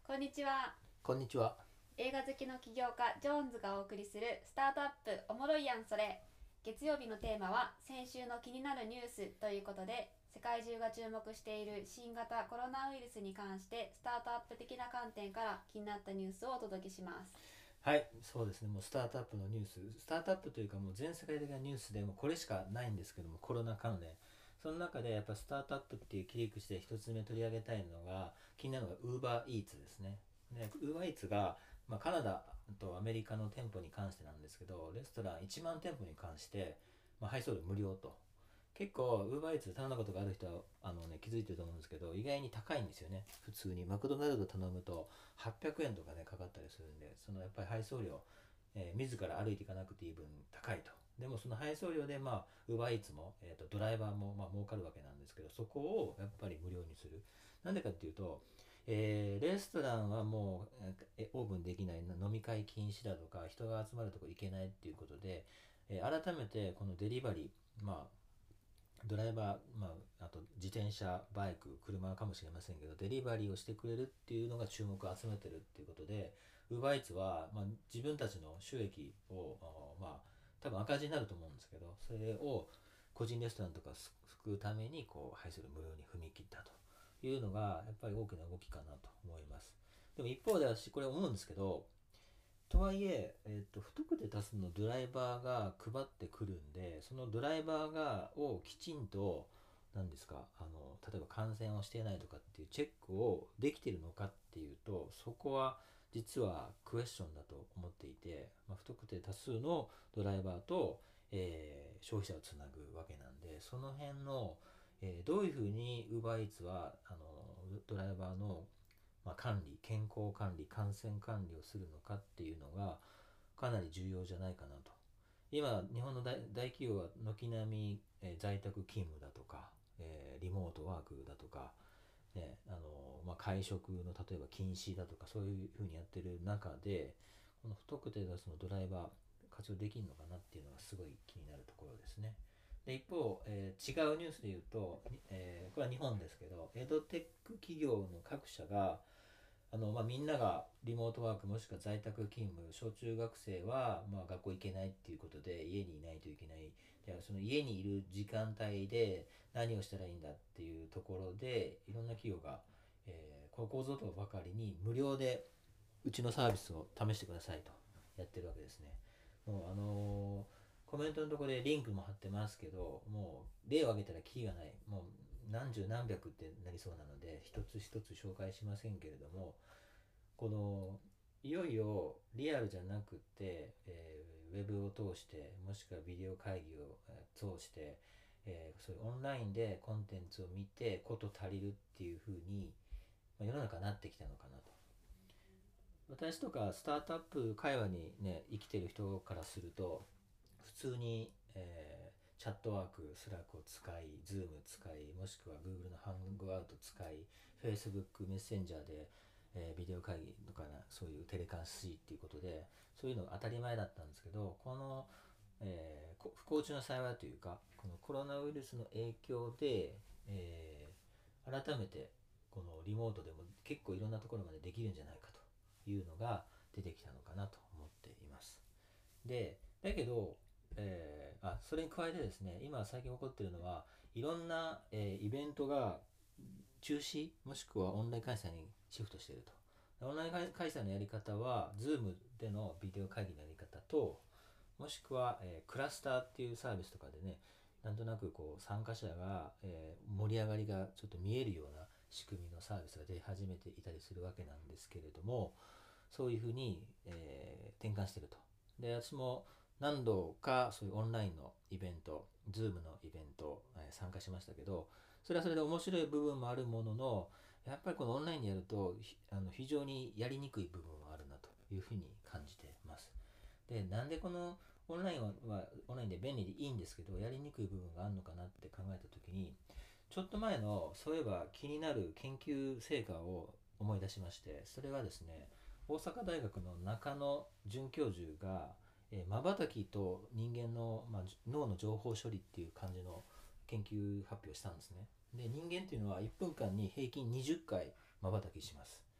こんにちは。 こんにちは。 映画好きの起業家ジョーンズがお送りするスタートアップおもろいやんそれ。月曜日のテーマは先週の気になるニュースということで、世界中が注目している新型コロナウイルスに関してスタートアップ的な観点から気になったニュースをお届けします。 はい、そうですね。もうスタートアップのニュース、スタートアップというかもう全世界的なニュースでもうこれしかないんですけども、コロナ関連。その中でやっぱスタートアップっていう切り口で一つ目取り上げたいのが、気になるのが UberEats ですね。で、UberEats が、カナダとアメリカの店舗に関してなんですけど、レストラン1万店舗に関して、配送料無料と。結構 UberEats 頼んだことがある人は気づいてると思うんですけど、意外に高いんですよね。普通にマクドナルド頼むと800円とかねかかったりするんで、そのやっぱり配送料、自ら歩いていかなくていい分高いと。でもその配送料でUberEats も、ドライバーも儲かるわけなんですけど、そこをやっぱり無料にする。なんでかっていうと、レストランはもうオープンできない、飲み会禁止だとか人が集まるとこ行けないっていうことで、改めてこのデリバリー、ドライバー、あと自転車、バイク、車かもしれませんけど、デリバリーをしてくれるっていうのが注目を集めてるっていうことで、UberEats は、自分たちの収益を、多分赤字になると思うんですけど、それを個人レストランとか救うためにこう配する無料に踏み切ったというのが、やっぱり大きな動きかなと思います。でも一方で私これ思うんですけど、とはいえ、不特定多数のドライバーが配ってくるんで、そのドライバーをきちんと、何ですか、例えば感染をしていないとかっていうチェックをできているのかっていうと、そこは実はクエスチョンだと思っていて、不特定多数のドライバーと、消費者をつなぐわけなんで、その辺の、どういうふうに UberEats はドライバーの管理、健康管理、感染管理をするのかっていうのがかなり重要じゃないかなと。今、日本の大企業は軒並み、在宅勤務だとか、リモートワークだとか、ね、会食の例えば禁止だとか、そういうふうにやってる中で、この不特定多数のドライバー活用できるのかなっていうのがすごい気になるところですね。で一方、違うニュースで言うと、これは日本ですけど、エドテック企業の各社がみんながリモートワークもしくは在宅勤務、小中学生は、学校行けないっていうことで家にいないといけない。じゃあその家にいる時間帯で何をしたらいいんだっていうところで、いろんな企業が、ここぞとばかりに無料でうちのサービスを試してくださいとやってるわけですね。もうコメントのところでリンクも貼ってますけど、もう例を挙げたらキリがない。もう何十何百ってなりそうなので、一つ一つ紹介しませんけれども、このいよいよリアルじゃなくて、ウェブを通してもしくはビデオ会議を通して、そういうオンラインでコンテンツを見てこと足りるっていう風に、世の中になってきたのかなと。私とかスタートアップ会話にね生きてる人からすると、普通に、チャットワーク、スラックを使い、ズーム使い、もしくは Google のハングアウト使い、Facebook メッセンジャーで、ビデオ会議とかそういうテレカン C っていうことで、そういうのが当たり前だったんですけど、この、不幸中の幸いというか、このコロナウイルスの影響で、改めてこのリモートでも結構いろんなところまでできるんじゃないかというのが出てきたのかなと思っています。で、だけど、それに加えてですね、今最近起こっているのは、いろんな、イベントが中止、もしくはオンライン開催にシフトしていると。オンライン開催のやり方は、Zoom でのビデオ会議のやり方と、もしくは、クラスターっていうサービスとかでね、なんとなくこう参加者が、盛り上がりがちょっと見えるような仕組みのサービスが出始めていたりするわけなんですけれども、そういうふうに、転換していると。で、私も何度かそういうオンラインのイベント、Zoom のイベント、参加しましたけど、それはそれで面白い部分もあるものの、やっぱりこのオンラインでやると非常にやりにくい部分もあるなというふうに感じています。で、なんでこのオンラインはオンラインで便利でいいんですけど、やりにくい部分があるのかなって考えたときに、ちょっと前のそういえば気になる研究成果を思い出しまして、それはですね、大阪大学の中野准教授が瞬きと人間の、脳の情報処理っていう感じの研究発表したんですね。で、人間っていうのは1分間に平均20回瞬きします。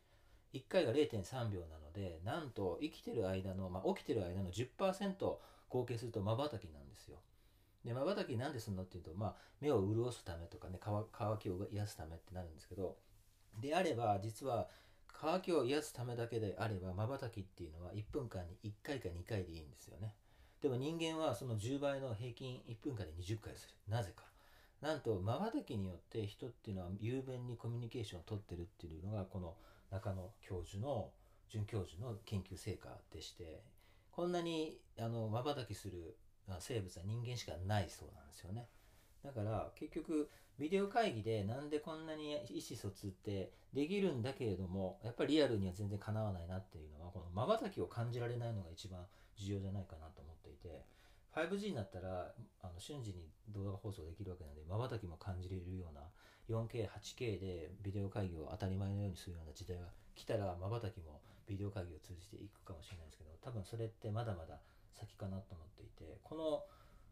1回が 0.3 秒なので、なんと生きてる間の、起きてる間の 10% 合計すると瞬きなんですよ。で瞬きなんですんのっていうと、目を潤すためとかね、乾きを癒すためってなるんですけど、であれば実は乾きを癒すためだけであれば瞬きっていうのは1分間に1回か2回でいいんですよね。でも人間はその10倍の平均1分間で20回する。なぜか。なんと瞬きによって人っていうのは雄弁にコミュニケーションを取ってるっていうのがこの中野教授の准教授の研究成果でして、こんなに瞬きする生物は人間しかないそうなんですよね。だから結局ビデオ会議でなんでこんなに意思疎通ってできるんだけれども、やっぱりリアルには全然かなわないなっていうのは、この瞬きを感じられないのが一番重要じゃないかなと思っていて、5G になったら瞬時に動画放送できるわけなので、瞬きも感じれるような 4K、8K でビデオ会議を当たり前のようにするような時代が来たら、瞬きもビデオ会議を通じていくかもしれないですけど、多分それってまだまだ先かなと思っていて、この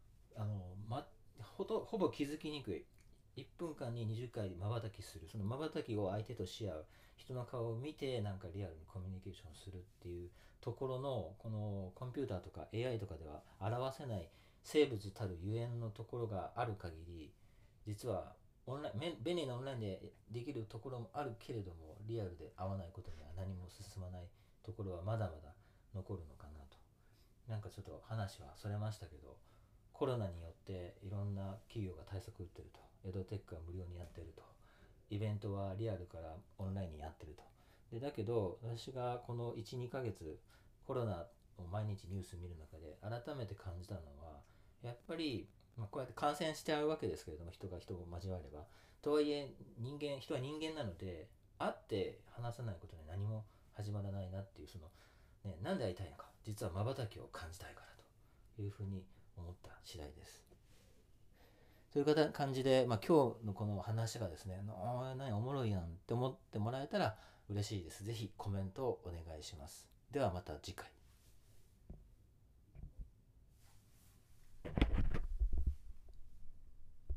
ほぼ気づきにくい1分間に20回瞬きする、その瞬きを相手とし合う、人の顔を見てなんかリアルにコミュニケーションするっていうところの、このコンピューターとか AI とかでは表せない生物たるゆえんのところがある限り、実は便利なオンラインでできるところもあるけれども、リアルで会わないことには何も進まないところはまだまだ残るのかなと。なんかちょっと話はそれましたけど、コロナによっていろんな企業が対策打ってると、エドテックは無料にやってると、イベントはリアルからオンラインにやってると。でだけど私がこの 1,2 ヶ月コロナを毎日ニュース見る中で改めて感じたのは、やっぱり、こうやって感染しちゃうわけですけれども、人が人を交われば、とはいえ人は人間なので、会って話さないことに何も始まらないなっていう、そのね、なんで会いたいのか、実は瞬きを感じたいからというふうに思った次第です。そういう感じで、今日のこの話がですね、何おもろいやんって思ってもらえたら嬉しいです。ぜひコメントをお願いします。ではまた次回。